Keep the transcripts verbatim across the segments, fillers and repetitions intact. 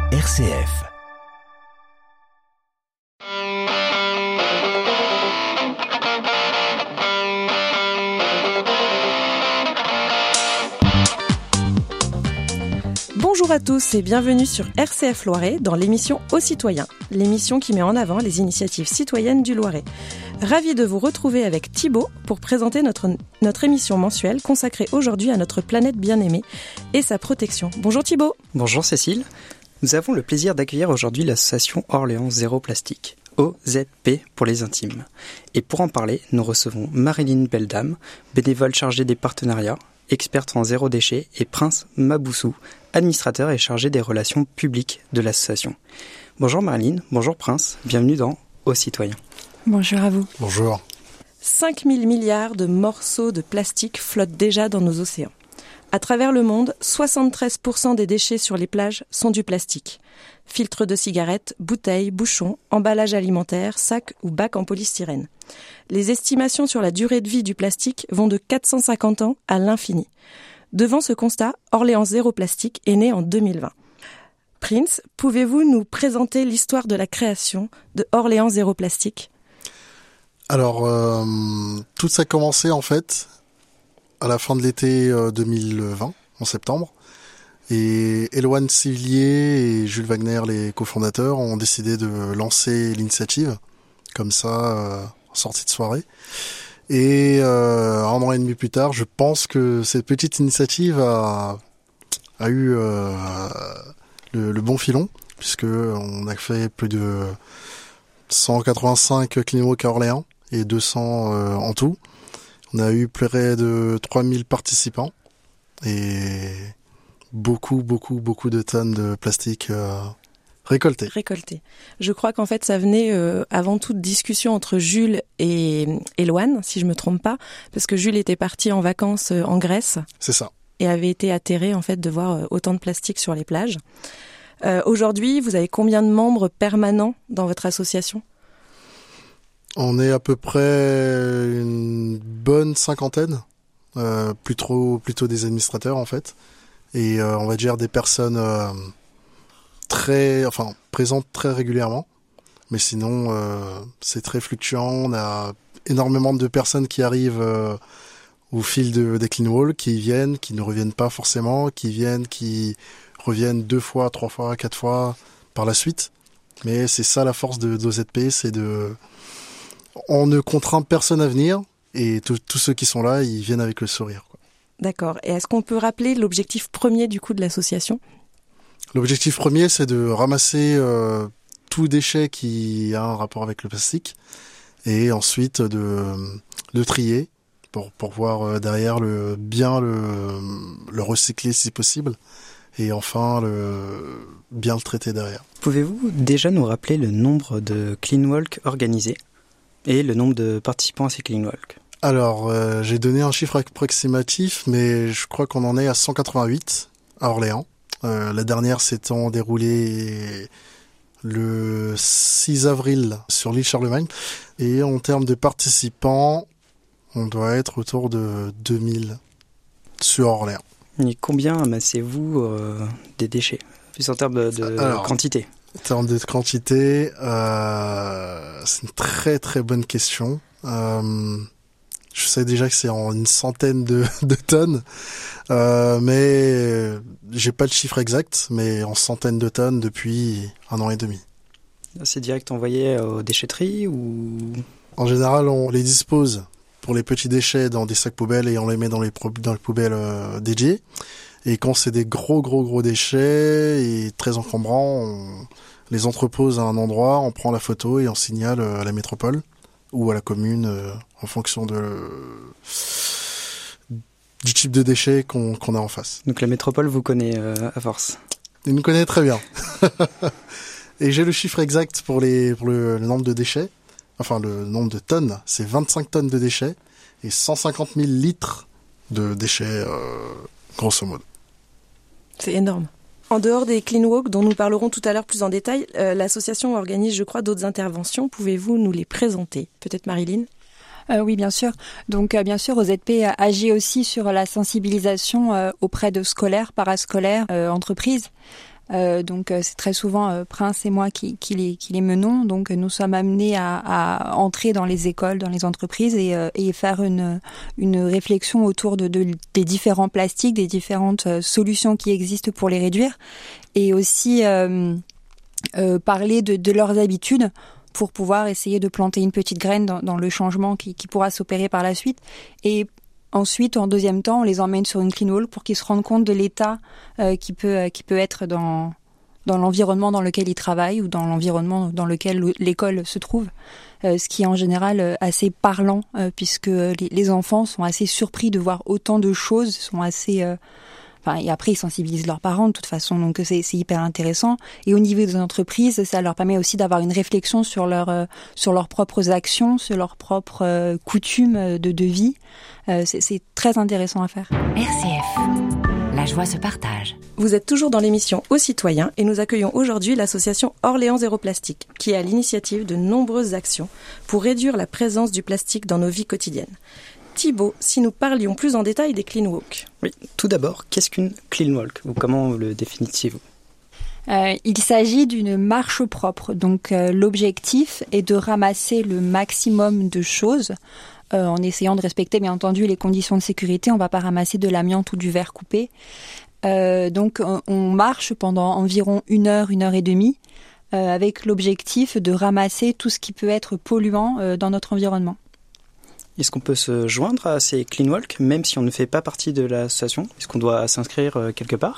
R C F. Bonjour à tous et bienvenue sur R C F Loiret dans l'émission Aux Citoyens, l'émission qui met en avant les initiatives citoyennes du Loiret. Ravi de vous retrouver avec Thibaut pour présenter notre, notre émission mensuelle consacrée aujourd'hui à notre planète bien-aimée et sa protection. Bonjour Thibaut. Bonjour Cécile. Nous avons le plaisir d'accueillir aujourd'hui l'association Orléans Zéro Plastique, O Z P pour les intimes. Et pour en parler, nous recevons Marilyn Beldam, bénévole chargée des partenariats, experte en zéro déchet, et Prince Maboussou, administrateur et chargé des relations publiques de l'association. Bonjour Marilyn, bonjour Prince, bienvenue dans Aux Citoyens. Bonjour à vous. Bonjour. cinq mille milliards de morceaux de plastique flottent déjà dans nos océans. À travers le monde, soixante-treize pour cent des déchets sur les plages sont du plastique. Filtres de cigarettes, bouteilles, bouchons, emballages alimentaires, sacs ou bacs en polystyrène. Les estimations sur la durée de vie du plastique vont de quatre cent cinquante ans à l'infini. Devant ce constat, Orléans Zéro Plastique est né en deux mille vingt. Prince, pouvez-vous nous présenter l'histoire de la création de Orléans Zéro Plastique ? Alors, euh, tout ça a commencé en fait à la fin de l'été euh, deux mille vingt, en septembre. Et Éloane Sivillier et Jules Wagner, les cofondateurs, ont décidé de lancer l'initiative, comme ça, euh, en sortie de soirée. Et euh, un an et demi plus tard, je pense que cette petite initiative a, a eu euh, le, le bon filon, puisque on a fait plus de cent quatre-vingt-cinq clean walk à Orléans et deux cents euh, en tout. On a eu près de trois mille participants et beaucoup, beaucoup, beaucoup de tonnes de plastique euh, récoltées. Récoltées. Je crois qu'en fait, ça venait euh, avant toute discussion entre Jules et Éloane, si je me trompe pas, parce que Jules était parti en vacances euh, en Grèce. C'est ça. Et avait été atterré en fait de voir euh, autant de plastique sur les plages. Euh, aujourd'hui, vous avez combien de membres permanents dans votre association ? On est à peu près une bonne cinquantaine, euh, plutôt, plutôt des administrateurs en fait, et euh, on va dire des personnes euh, très, enfin présentes très régulièrement, mais sinon euh, c'est très fluctuant. On a énormément de personnes qui arrivent euh, au fil de, des clean walk, qui viennent, qui ne reviennent pas forcément, qui viennent, qui reviennent deux fois, trois fois, quatre fois par la suite. Mais c'est ça la force de, de O Z P, c'est de on ne contraint personne à venir et tous ceux qui sont là, ils viennent avec le sourire, quoi. D'accord. Et est-ce qu'on peut rappeler l'objectif premier du coup de l'association ? L'objectif premier, c'est de ramasser euh, tout déchet qui a un rapport avec le plastique et ensuite de le trier pour, pour voir euh, derrière le, bien le, le recycler si possible et enfin le, bien le traiter derrière. Pouvez-vous déjà nous rappeler le nombre de clean walk organisés et le nombre de participants à ces clean walk ? Alors, euh, j'ai donné un chiffre approximatif, mais je crois qu'on en est à cent quatre-vingt-huit à Orléans. Euh, la dernière s'étant déroulée le six avril sur l'île Charlemagne. Et en termes de participants, on doit être autour de deux mille sur Orléans. Et combien amassez-vous euh, des déchets, plus en termes de, de Alors, quantité ? En termes de quantité, euh, c'est une très très bonne question. Euh, je sais déjà que c'est en une centaine de, de tonnes, euh, mais j'ai pas le chiffre exact, mais en centaines de tonnes depuis un an et demi. C'est direct envoyé aux déchetteries ou ? En général, on les dispose pour les petits déchets dans des sacs poubelles et on les met dans les, dans les poubelles euh, dédiées. Et quand c'est des gros gros gros déchets et très encombrants, on les entrepose à un endroit, on prend la photo et on signale à la métropole ou à la commune euh, en fonction de du type de déchets qu'on, qu'on a en face. Donc la métropole vous connaît euh, à force. Il nous connaît très bien. Et j'ai le chiffre exact pour les pour le, le nombre de déchets, enfin le nombre de tonnes, c'est vingt-cinq tonnes de déchets et cent cinquante mille litres de déchets euh, grosso modo. C'est énorme. En dehors des clean walk dont nous parlerons tout à l'heure plus en détail, euh, l'association organise, je crois, d'autres interventions. Pouvez-vous nous les présenter ? Peut-être Marilyn ? Euh, oui, bien sûr. Donc, euh, bien sûr, O Z P agit aussi sur la sensibilisation euh, auprès de scolaires, parascolaires, euh, entreprises. Euh, donc euh, c'est très souvent euh, Prince et moi qui, qui, les, qui les menons. Donc nous sommes amenés à, à entrer dans les écoles, dans les entreprises et, euh, et faire une, une réflexion autour de, de, des différents plastiques, des différentes euh, solutions qui existent pour les réduire, et aussi euh, euh, parler de, de leurs habitudes pour pouvoir essayer de planter une petite graine dans, dans le changement qui, qui pourra s'opérer par la suite. Et ensuite, en deuxième temps, on les emmène sur une clean walk pour qu'ils se rendent compte de l'état euh, qui peut euh, qui peut être dans dans l'environnement dans lequel ils travaillent ou dans l'environnement dans lequel l'école se trouve. Euh, ce qui est en général euh, assez parlant euh, puisque les, les enfants sont assez surpris de voir autant de choses, sont assez euh, Enfin, et après, ils sensibilisent leurs parents de toute façon, donc c'est, c'est hyper intéressant. Et au niveau des entreprises, ça leur permet aussi d'avoir une réflexion sur, leur, euh, sur leurs propres actions, sur leurs propres euh, coutumes de, de vie. Euh, c'est, c'est très intéressant à faire. R C F, la joie se partage. Vous êtes toujours dans l'émission Aux citoyens et nous accueillons aujourd'hui l'association Orléans Zéro Plastique, qui est à l'initiative de nombreuses actions pour réduire la présence du plastique dans nos vies quotidiennes. Thibaut, si nous parlions plus en détail des clean walks. Oui, tout d'abord, qu'est-ce qu'une clean walk ou comment le définissez-vous ? Euh, il s'agit d'une marche propre. Donc euh, l'objectif est de ramasser le maximum de choses euh, en essayant de respecter bien entendu les conditions de sécurité. On ne va pas ramasser de l'amiante ou du verre coupé. Euh, donc on, on marche pendant environ une heure, une heure et demie euh, avec l'objectif de ramasser tout ce qui peut être polluant euh, dans notre environnement. Est-ce qu'on peut se joindre à ces clean walks, même si on ne fait pas partie de l'association ? Est-ce qu'on doit s'inscrire quelque part ?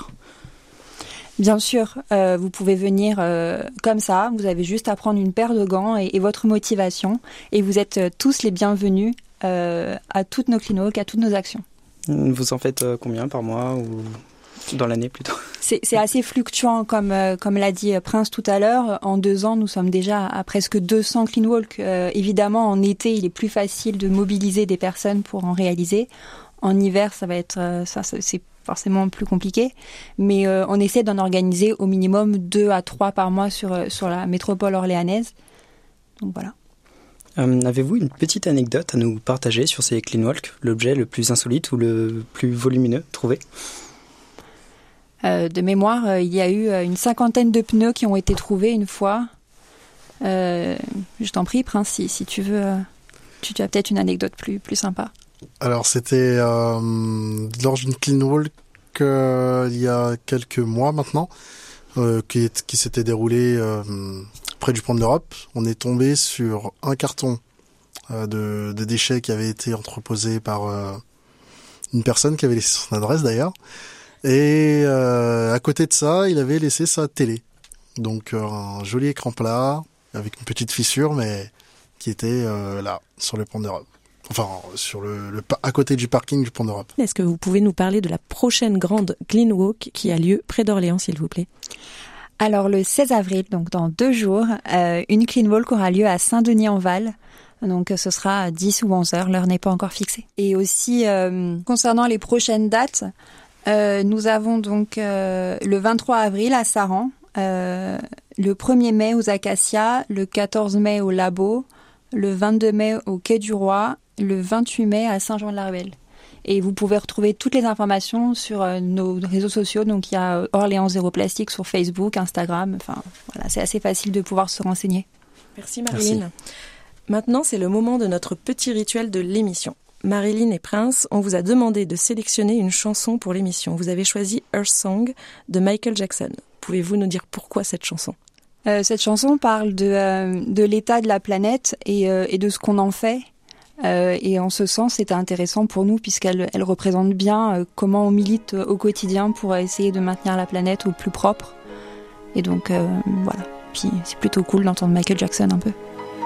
Bien sûr, euh, vous pouvez venir euh, comme ça, vous avez juste à prendre une paire de gants et, et votre motivation, et vous êtes tous les bienvenus euh, à toutes nos clean walks, à toutes nos actions. Vous en faites combien par mois ou dans l'année plutôt ? C'est, c'est assez fluctuant, comme, euh, comme l'a dit Prince tout à l'heure. En deux ans, nous sommes déjà à presque deux cents clean walks. Euh, évidemment, en été, il est plus facile de mobiliser des personnes pour en réaliser. En hiver, ça va être, euh, ça, ça, c'est forcément plus compliqué. Mais euh, on essaie d'en organiser au minimum deux à trois par mois sur, sur la métropole orléanaise. Donc voilà. Euh, avez-vous une petite anecdote à nous partager sur ces clean walks, l'objet le plus insolite ou le plus volumineux trouvé ? Euh, de mémoire, euh, il y a eu euh, une cinquantaine de pneus qui ont été trouvés une fois. Euh, je t'en prie, Prince, si, si tu veux, euh, tu, tu as peut-être une anecdote plus, plus sympa. Alors, c'était euh, lors d'une clean walk euh, il y a quelques mois maintenant, euh, qui, qui s'était déroulée euh, près du pont de l'Europe. On est tombé sur un carton euh, de, de déchets qui avait été entreposé par euh, une personne qui avait laissé son adresse d'ailleurs. Et euh, à côté de ça, il avait laissé sa télé. Donc euh, un joli écran plat, avec une petite fissure, mais qui était euh, là, sur le pont d'Europe. Enfin, sur le, le à côté du parking du pont d'Europe. Est-ce que vous pouvez nous parler de la prochaine grande Clean Walk qui a lieu près d'Orléans, s'il vous plaît ? Alors le seize avril, donc dans deux jours, euh, une Clean Walk aura lieu à Saint-Denis-en-Val. Donc ce sera à dix ou onze heures, l'heure n'est pas encore fixée. Et aussi, euh, concernant les prochaines dates... Euh, nous avons donc euh, le vingt-trois avril à Saran, euh, le premier mai aux Acacias, le quatorze mai au Labo, le vingt-deux mai au Quai du Roi, le vingt-huit mai à Saint-Jean-de-la-Ruelle. Et vous pouvez retrouver toutes les informations sur euh, nos réseaux sociaux. Donc il y a Orléans Zéro Plastique sur Facebook, Instagram. Enfin voilà, c'est assez facile de pouvoir se renseigner. Merci Marilyn. Merci. Maintenant, c'est le moment de notre petit rituel de l'émission. Marilyn et Prince, on vous a demandé de sélectionner une chanson pour l'émission. Vous avez choisi Earth Song de Michael Jackson. Pouvez-vous nous dire pourquoi cette chanson ? euh, Cette chanson parle de, euh, de l'état de la planète et, euh, et de ce qu'on en fait. Euh, et en ce sens, c'était intéressant pour nous puisqu'elle elle représente bien euh, comment on milite au quotidien pour essayer de maintenir la planète au plus propre. Et donc, euh, voilà. Puis c'est plutôt cool d'entendre Michael Jackson un peu.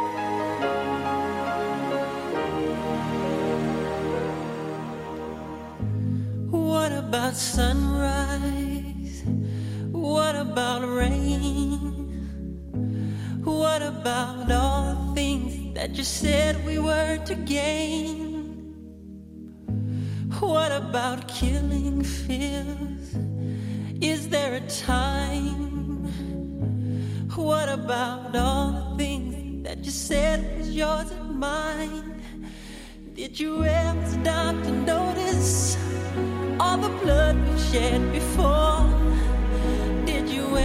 About sunrise? What about rain? What about all the things that you said we were to gain? What about killing fears? Is there a time? What about all the things that you said was yours and mine? Did you ever stop to notice all the blood we shed before? Did you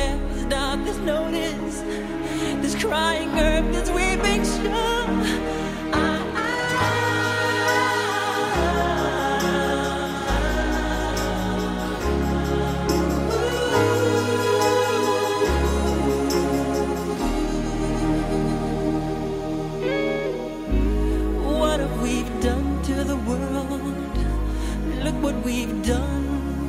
notice this crying earth, this weeping shore. I, what have we done to the world? Look what we've done.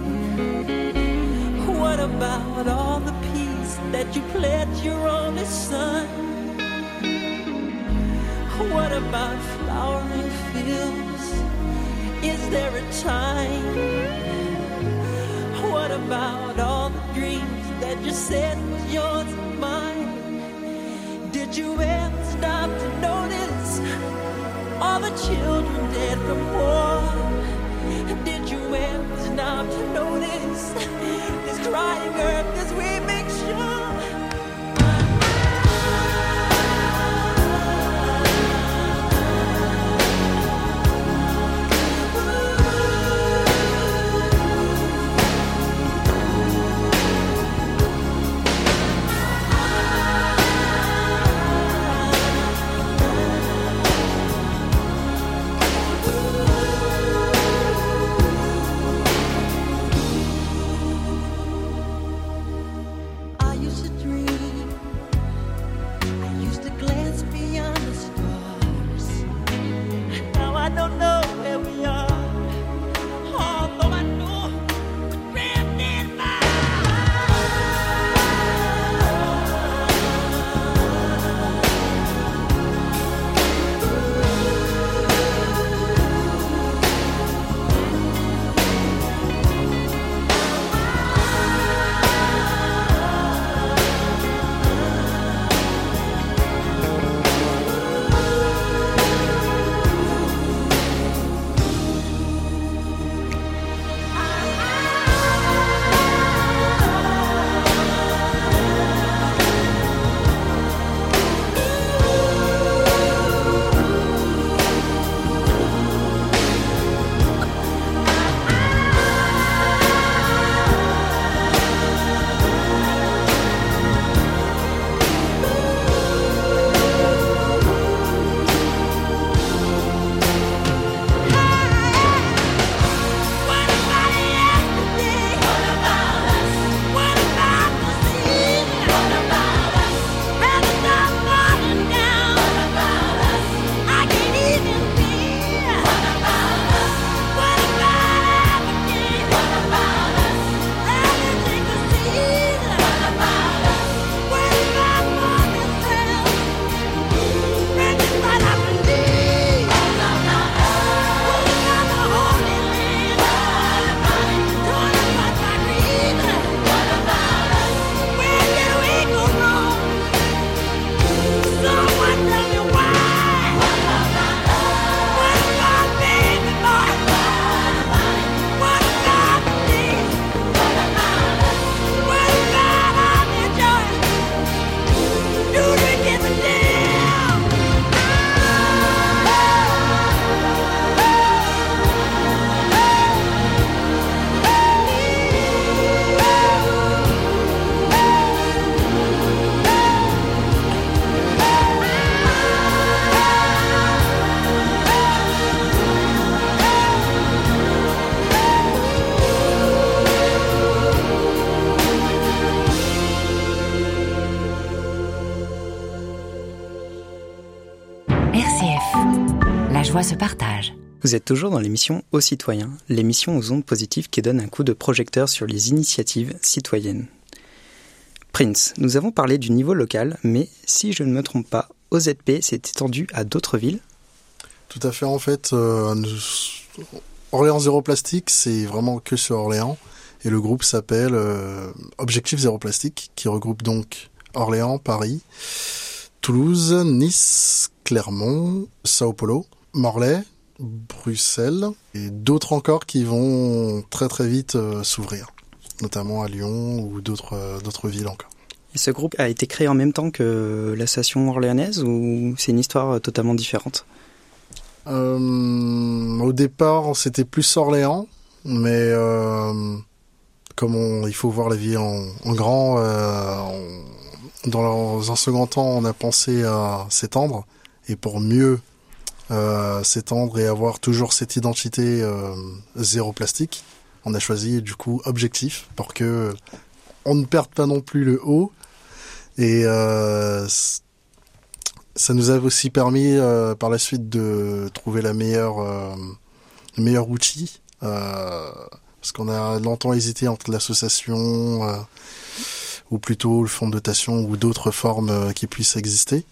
What about all the peace that you pledged your only son? What about flowering fields? Is there a time? What about all the dreams that you said was yours and mine? Did you ever stop to notice all the children dead from war? Did you ever stop to notice this crying earth, this weeping shore? La joie se partage. Vous êtes toujours dans l'émission Aux citoyens, l'émission aux ondes positives qui donne un coup de projecteur sur les initiatives citoyennes. Prince, nous avons parlé du niveau local, mais si je ne me trompe pas, O Z P s'est étendu à d'autres villes ? Tout à fait, en fait, euh, nous... Orléans Zéro Plastique, c'est vraiment que sur Orléans, et le groupe s'appelle euh, Objectif Zéro Plastique, qui regroupe donc Orléans, Paris, Toulouse, Nice, Clermont, Sao Paulo, Morlaix, Bruxelles, et d'autres encore qui vont très très vite euh, s'ouvrir, notamment à Lyon ou d'autres, euh, d'autres villes encore. Et ce groupe a été créé en même temps que l'association orléanaise ou c'est une histoire totalement différente ? euh, Au départ, c'était plus Orléans, mais euh, comme on, il faut voir la vie en, en grand, euh, on, Dans un second temps, on a pensé à s'étendre, et pour mieux euh, s'étendre et avoir toujours cette identité euh, zéro plastique, on a choisi du coup objectif pour que on ne perde pas non plus le haut. Et euh, ça nous a aussi permis euh, par la suite de trouver la meilleure, euh, le meilleur outil, euh, parce qu'on a longtemps hésité entre l'association euh, ou plutôt le fonds de dotation ou d'autres formes euh, qui puissent exister.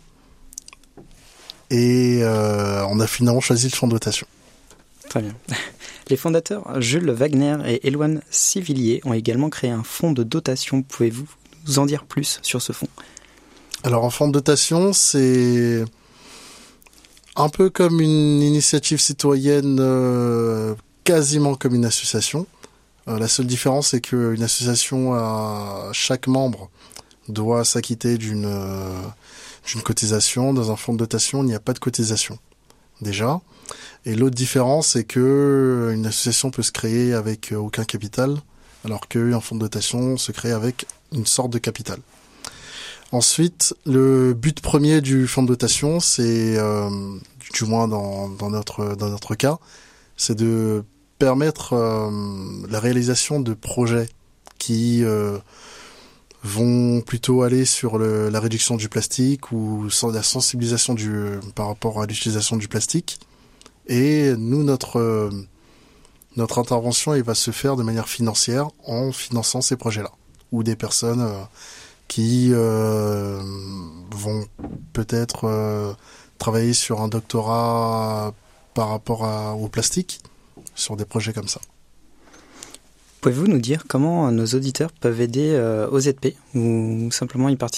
Et euh, on a finalement choisi le fonds de dotation. Très bien. Les fondateurs Jules Wagner et Éloine Sivillier ont également créé un fonds de dotation. Pouvez-vous nous en dire plus sur ce fonds ? Alors, un fonds de dotation, c'est un peu comme une initiative citoyenne, euh, quasiment comme une association. Euh, la seule différence, c'est qu'une association, à chaque membre doit s'acquitter d'une, euh, d'une cotisation. Dans un fonds de dotation, il n'y a pas de cotisation, déjà. Et l'autre différence, c'est que une association peut se créer avec aucun capital, alors qu'un fonds de dotation se crée avec une sorte de capital. Ensuite, le but premier du fonds de dotation, c'est, euh, du moins dans, dans notre dans notre cas, c'est de permettre euh, la réalisation de projets qui euh, vont plutôt aller sur le, la réduction du plastique ou sur la sensibilisation du par rapport à l'utilisation du plastique. Et nous, notre euh, notre intervention, elle va se faire de manière financière en finançant ces projets-là, ou des personnes euh, qui euh, vont peut-être euh, travailler sur un doctorat par rapport à, au plastique, sur des projets comme ça. Pouvez-vous nous dire comment nos auditeurs peuvent aider euh, O Z P ou simplement y participer ?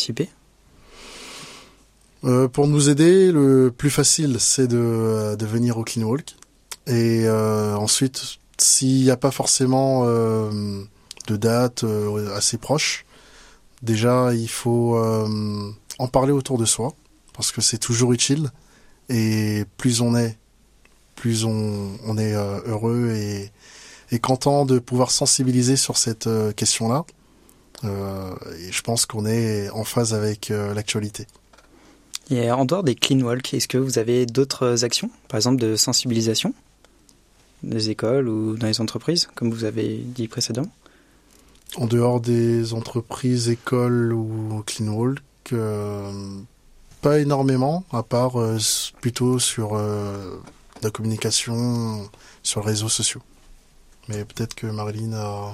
Euh, pour nous aider, le plus facile, c'est de, de venir au Clean Walk. Et euh, ensuite, s'il n'y a pas forcément euh, de date euh, assez proche, déjà, il faut euh, en parler autour de soi, parce que c'est toujours utile. Et plus on est, plus on, on est euh, heureux et, et content de pouvoir sensibiliser sur cette euh, question-là. Euh, et je pense qu'on est en phase avec euh, l'actualité. Et en dehors des Clean Walk, est-ce que vous avez d'autres actions, par exemple de sensibilisation, des écoles ou dans les entreprises, comme vous avez dit précédemment ? En dehors des entreprises, écoles ou Clean Walk, euh, pas énormément, à part euh, plutôt sur euh, la communication sur les réseaux sociaux. Mais peut-être que Marilyn a...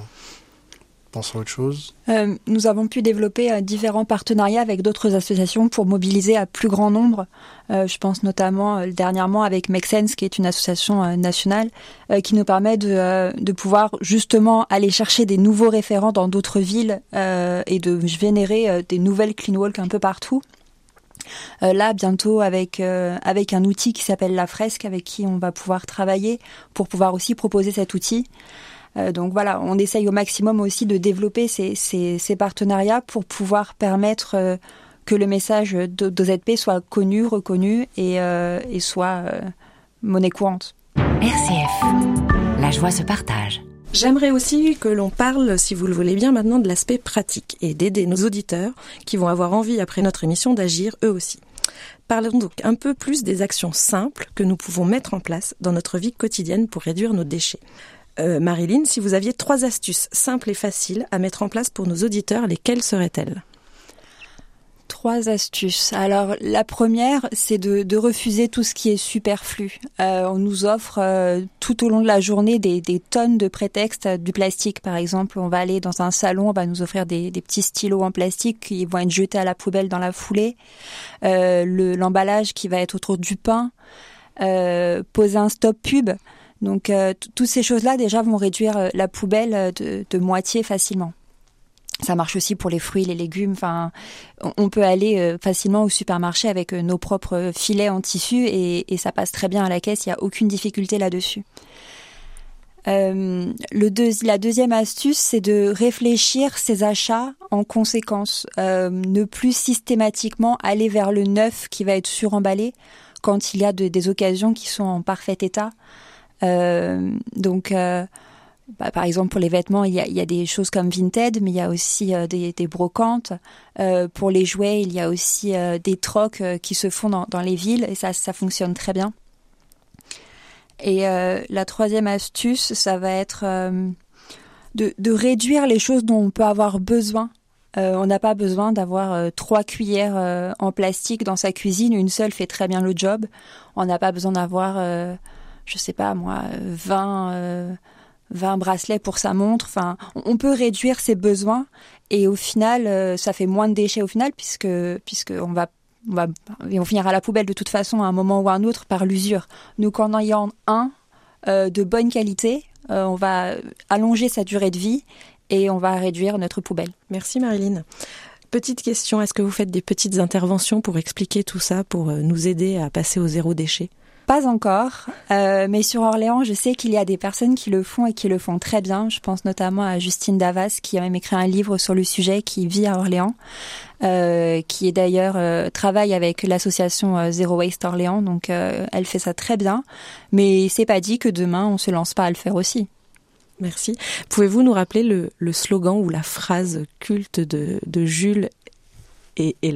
à autre chose. Euh, nous avons pu développer euh, différents partenariats avec d'autres associations pour mobiliser à plus grand nombre. Euh, je pense notamment euh, dernièrement avec Make Sense, qui est une association euh, nationale, euh, qui nous permet de, euh, de pouvoir justement aller chercher des nouveaux référents dans d'autres villes euh, et de vénérer euh, des nouvelles Clean Walk un peu partout. Euh, là, bientôt, avec euh, avec un outil qui s'appelle La Fresque, avec qui on va pouvoir travailler pour pouvoir aussi proposer cet outil. Euh, donc voilà, on essaye au maximum aussi de développer ces, ces, ces partenariats pour pouvoir permettre euh, que le message d'O Z P soit connu, reconnu et, euh, et soit euh, monnaie courante. R C F, la joie se partage. J'aimerais aussi que l'on parle, si vous le voulez bien, maintenant de l'aspect pratique et d'aider nos auditeurs qui vont avoir envie, après notre émission, d'agir eux aussi. Parlons donc un peu plus des actions simples que nous pouvons mettre en place dans notre vie quotidienne pour réduire nos déchets. Euh, Marilyn, si vous aviez trois astuces simples et faciles à mettre en place pour nos auditeurs, lesquelles seraient-elles ? Trois astuces. Alors, la première, c'est de, de refuser tout ce qui est superflu. Euh, on nous offre euh, tout au long de la journée des, des tonnes de prétextes, du plastique par exemple. On va aller dans un salon, on va nous offrir des, des petits stylos en plastique qui vont être jetés à la poubelle dans la foulée. Euh, le, l'emballage qui va être autour du pain. Euh, poser un stop pub. Donc, euh, t- toutes ces choses-là, déjà, vont réduire euh, la poubelle de, de moitié facilement. Ça marche aussi pour les fruits, les légumes. Enfin, on, on peut aller euh, facilement au supermarché avec euh, nos propres filets en tissu et, et ça passe très bien à la caisse. Il n'y a aucune difficulté là-dessus. Euh, le deux, la deuxième astuce, c'est de réfléchir ses achats en conséquence. Euh, ne plus systématiquement aller vers le neuf qui va être suremballé quand il y a de, des occasions qui sont en parfait état. Euh, donc, euh, Bah, par exemple, pour les vêtements, il y a, il y a des choses comme Vinted, mais il y a aussi euh, des, des brocantes. Euh, pour les jouets, il y a aussi euh, des trocs euh, qui se font dans, dans les villes, et ça, ça fonctionne très bien. Et euh, la troisième astuce, ça va être euh, de, de réduire les choses dont on peut avoir besoin. Euh, on n'a pas besoin d'avoir euh, trois cuillères euh, en plastique dans sa cuisine. Une seule fait très bien le job. On n'a pas besoin d'avoir, euh, je sais pas moi, vingt... Euh, vingt bracelets pour sa montre. Enfin, on peut réduire ses besoins et au final, euh, ça fait moins de déchets au final puisque puisque on va on va et on finira à la poubelle de toute façon à un moment ou à un autre par l'usure. Donc en ayant un euh, de bonne qualité, euh, on va allonger sa durée de vie et on va réduire notre poubelle. Merci Marilyn. Petite question, est-ce que vous faites des petites interventions pour expliquer tout ça, pour nous aider à passer au zéro déchet ? Pas encore, euh, mais sur Orléans, je sais qu'il y a des personnes qui le font et qui le font très bien. Je pense notamment à Justine Davas, qui a même écrit un livre sur le sujet, qui vit à Orléans, euh, qui est d'ailleurs euh, travaille avec l'association euh, Zero Waste Orléans. Donc, euh, elle fait ça très bien. Mais c'est pas dit que demain, on se lance pas à le faire aussi. Merci. Pouvez-vous nous rappeler le, le slogan ou la phrase culte de, de Jules et Éloane ?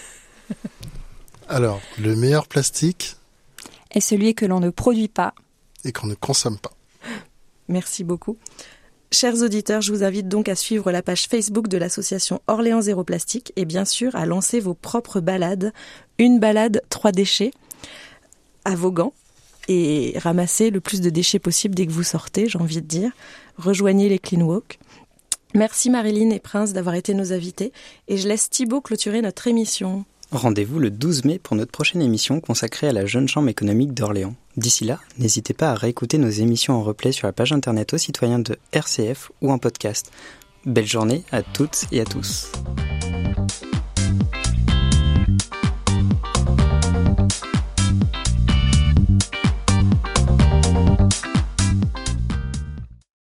Alors, le meilleur plastique est celui que l'on ne produit pas et qu'on ne consomme pas. Merci beaucoup. Chers auditeurs, je vous invite donc à suivre la page Facebook de l'association Orléans Zéro Plastique et bien sûr à lancer vos propres balades. Une balade, trois déchets à Vaughan et ramasser le plus de déchets possible dès que vous sortez, j'ai envie de dire. Rejoignez les Clean Walk. Merci Marilyn et Prince d'avoir été nos invités et je laisse Thibaut clôturer notre émission. Rendez-vous le douze mai pour notre prochaine émission consacrée à la Jeune Chambre économique d'Orléans. D'ici là, n'hésitez pas à réécouter nos émissions en replay sur la page internet aux citoyens de R C F ou en podcast. Belle journée à toutes et à tous.